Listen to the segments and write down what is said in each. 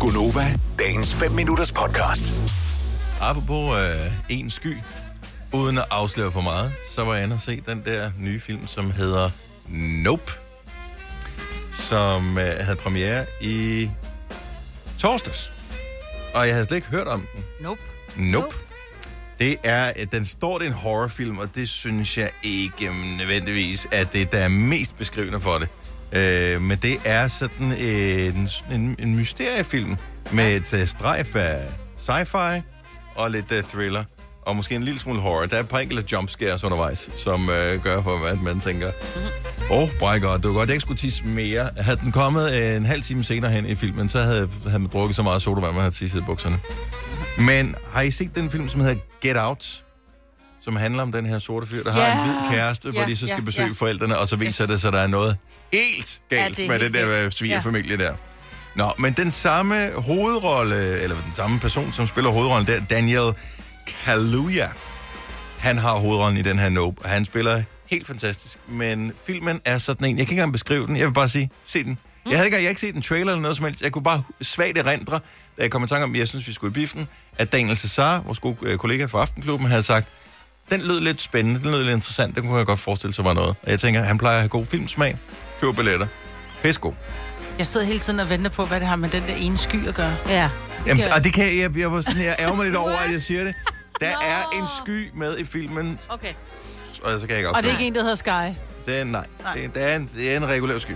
Gunova, dagens 5 minutters podcast. Apropos en sky, uden at afsløre for meget, så var jeg inde og se den der nye film, som hedder Nope, som havde premiere i torsdags. Og jeg havde slet ikke hørt om den. Nope. Det er en horrorfilm, og det synes jeg ikke nødvendigvis, at det der er mest beskrivende for det. Men det er sådan en mysteriefilm med et strejf af sci-fi og lidt thriller, og måske en lille smule horror. Der er et par enkelte jumpscares undervejs, som gør for, at man tænker, my god, det var godt, jeg ikke skulle tisse mere. Havde den kommet en halv time senere hen i filmen, så havde man drukket så meget sodavand, man havde tisset i bukserne. Men har I set den film, som hedder Get Out? Som handler om den her sorte fyr, der har en hvid kæreste, hvor de så skal besøge forældrene, og så viser det sig, at der er noget helt galt med den der svigerfamilie der. Nå, men den samme hovedrolle, eller den samme person, som spiller hovedrollen der, Daniel Kaluuya, han har hovedrollen i den her Nope, og han spiller helt fantastisk, men filmen er sådan en, jeg kan ikke engang beskrive den, jeg vil bare sige, se den. Jeg havde ikke set en trailer eller noget som helst, jeg kunne bare svagt erindre, da jeg kom i tanke om, jeg synes, vi skulle i biffen, at Daniel Cesar, vores gode kollega fra Aftenklubben, havde sagt, den lød lidt spændende, den lød lidt interessant, den kunne jeg godt forestille sig var noget. Og jeg tænker, han plejer at have god filmsmag, køb billetter, pæsko. Jeg sidder hele tiden og venter på, hvad det har med den der ene sky at gøre. Ja. Jamen, og det kan jeg ærger mig lidt over, at jeg siger det. Der er en sky med i filmen. Okay. Og så kan jeg ikke og det er ikke en, der hedder Sky. Det er, nej. Det er en regulær sky.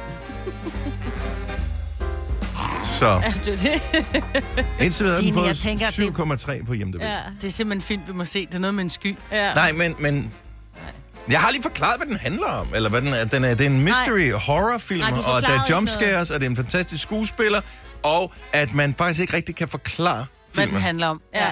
Så. Indtil videre har den fået 7,3 på IMDb. Ja. Det er simpelthen en film, vi må se. Det er noget med en sky. Ja. Nej, men jeg har lige forklaret, hvad den handler om. Eller hvad det er en mystery horrorfilm, og der er jumpscares, og det er en fantastisk skuespiller, og at man faktisk ikke rigtig kan forklare filmen. Hvad den handler om. Ja.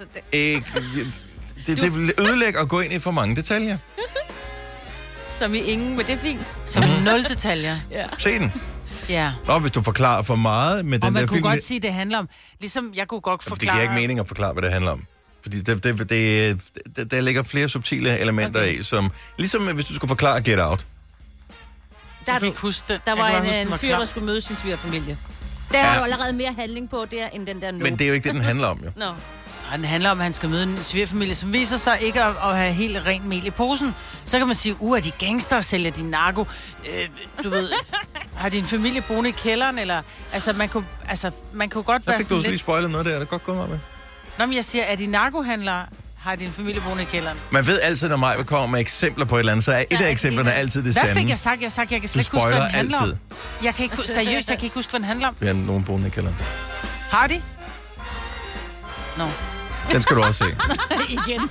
Det ødelægger at gå ind i for mange detaljer. Som i ingen, men det er fint. Som 0 detaljer. Ja. Se den. Ja. Og hvis du forklarer for meget med den der film... Og man kunne godt sige, det handler om... Ligesom jeg kunne godt forklare... Det giver ikke mening at forklare, hvad det handler om. Fordi der ligger flere subtile elementer i, som... Ligesom hvis du skulle forklare Get Out. Der kan ikke huske det. Der var en fyr, der skulle møde sin svigerfamilie. Der er jo allerede mere handling på der, end den der Nope. Men det er jo ikke det, den handler om, jo. Nå. Og den handler om, at han skal møde en svigerfamilie, som viser sig ikke at have helt rent mel i posen. Så kan man sige, er de gangster, sælger de narko? Du ved, har din familie boende i kælderen? Eller, man kunne godt være sådan lidt... Der fik du lige spoilet noget der, er det godt gået med? Nå, men jeg siger, at de narkohandlere har din familie boende i kælderen. Man ved altid, når mig kommer med eksempler på et eller andet, så er et af eksemplerne altid det sande. Hvad fik jeg sagt? Jeg kan slet ikke huske, hvad den handler om. Jeg kan ikke huske, hvad den handler om. Vi har nogen boende i kælderen. Har de? Nå. Den skal du også se. Igen.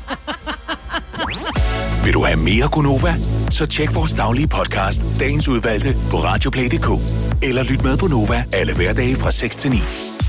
Vil du have mere Gunova? Så tjek vores daglige podcast, dagens udvalgte, på radioplay.dk. Eller lyt med på Nova alle hverdage fra 6 til 9.